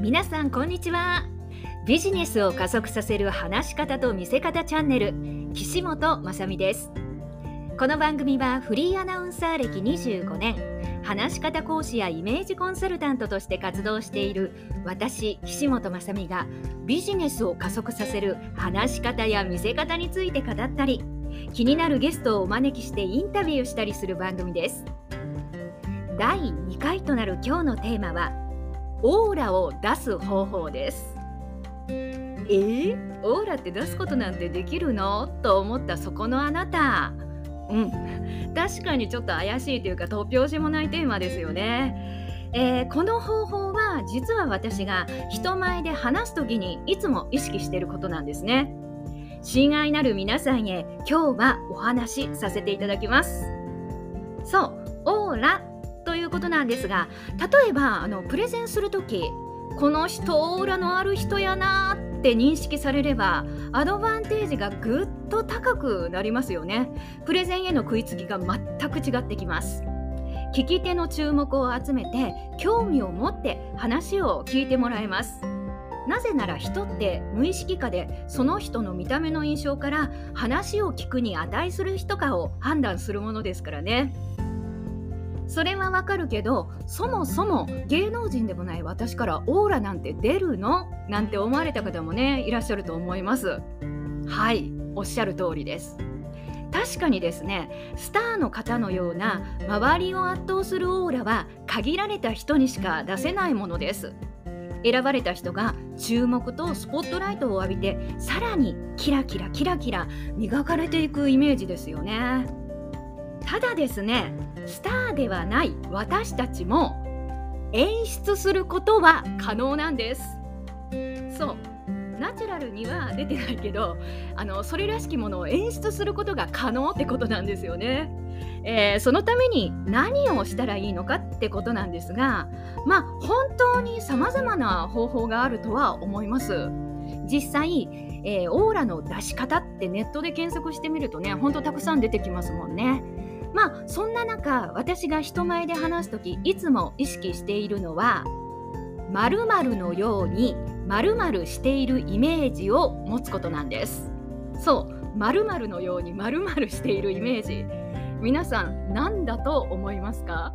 皆さんこんにちは。ビジネスを加速させる話し方と見せ方チャンネル、岸本まさみです。この番組はフリーアナウンサー歴25年、話し方講師やイメージコンサルタントとして活動している私、岸本まさみがビジネスを加速させる話し方や見せ方について語ったり、気になるゲストをお招きしてインタビューしたりする番組です。第2回となる今日のテーマはオーラを出す方法です。オーラって出すことなんてできるのと思ったそこのあなた、確かにちょっと怪しいというか突拍子もないテーマですよね。この方法は実は私が人前で話すときにいつも意識していることなんですね。親愛なる皆さんへ今日はお話しさせていただきます。そう、オーラということなんですが、例えばプレゼンするとき、この人オーラのある人やなって認識されればアドバンテージがぐっと高くなりますよね。プレゼンへの食いつきが全く違ってきます。聞き手の注目を集めて興味を持って話を聞いてもらえます。なぜなら人って無意識化でその人の見た目の印象から話を聞くに値する人かを判断するものですからね。それはわかるけど、そもそも芸能人でもない私からオーラなんて出るのなんて思われた方もね、いらっしゃると思います。はい、おっしゃる通りです。確かにですね、スターの方のような周りを圧倒するオーラは限られた人にしか出せないものです。選ばれた人が注目とスポットライトを浴びて、さらにキラキラキラキラ磨かれていくイメージですよね。ただですね、スターではない私たちも演出することは可能なんです。そう、ナチュラルには出てないけど、それらしきものを演出することが可能ってことなんですよね。そのために何をしたらいいのかってことなんですが、本当に様々な方法があるとは思います。実際、オーラの出し方ってネットで検索してみるとね、本当たくさん出てきますもんね。そんな中、私が人前で話すときいつも意識しているのは、〇〇のように〇〇しているイメージを持つことなんです。そう、〇〇のように〇〇しているイメージ、皆さん何だと思いますか？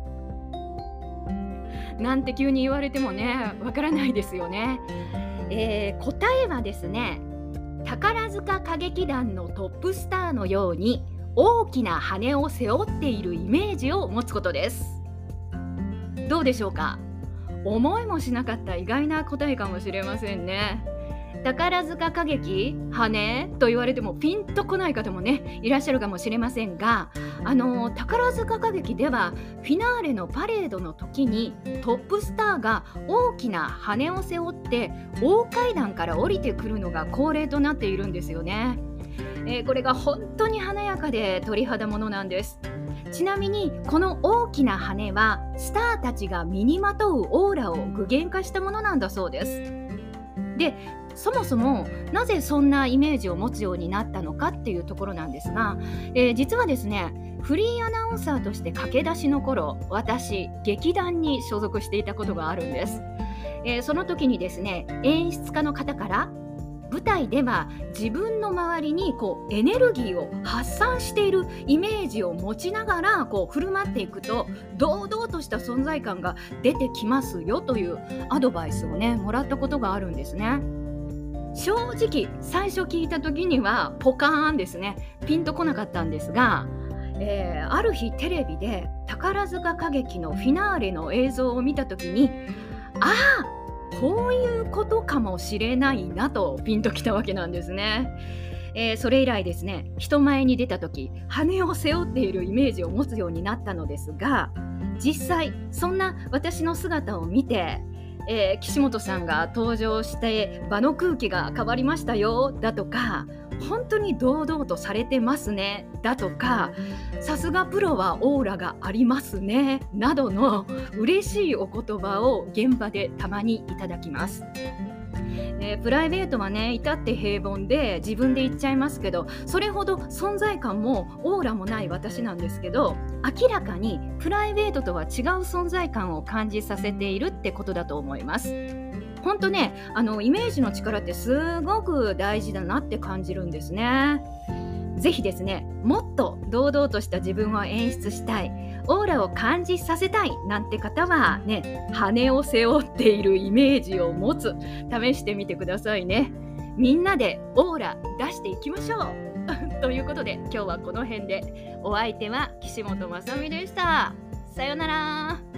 なんて急に言われてもね、わからないですよね。答えはですね、宝塚歌劇団のトップスターのように大きな羽を背負っているイメージを持つことです。どうでしょうか？思いもしなかった意外な答えかもしれませんね。宝塚歌劇羽と言われてもピンとこない方もね、いらっしゃるかもしれませんが、宝塚歌劇ではフィナーレのパレードの時にトップスターが大きな羽を背負って大階段から降りてくるのが恒例となっているんですよね。これが本当に華やかで鳥肌ものなんです。ちなみにこの大きな羽はスターたちが身にまとうオーラを具現化したものなんだそうです。で、そもそもなぜそんなイメージを持つようになったのかっていうところなんですが、実はですね、フリーアナウンサーとして駆け出しの頃、私劇団に所属していたことがあるんです。その時にですね、演出家の方から舞台では自分の周りにエネルギーを発散しているイメージを持ちながら振る舞っていくと堂々とした存在感が出てきますよというアドバイスをね、もらったことがあるんですね。正直最初聞いた時にはポカーンですね、ピンとこなかったんですが、ある日テレビで宝塚歌劇のフィナーレの映像を見た時に、こういうことかもしれないなとピンときたわけなんですね。それ以来ですね、人前に出た時羽を背負っているイメージを持つようになったのですが、実際そんな私の姿を見て、岸本さんが登場して場の空気が変わりましたよだとか、本当に堂々とされてますねだとか、さすがプロはオーラがありますねなどの嬉しいお言葉を現場でたまにいただきます。プライベートはね、至って平凡で自分で言っちゃいますけど、それほど存在感もオーラもない私なんですけど、明らかにプライベートとは違う存在感を感じさせているってことだと思います。 本当ね、イメージの力ってすごく大事だなって感じるんですね。ぜひですね、もっと堂々とした自分を演出したい、オーラを感じさせたいなんて方はね、羽を背負っているイメージを持つ、試してみてくださいね。みんなでオーラ出していきましょうということで、今日はこの辺で。お相手は岸本まさみでした。さようなら。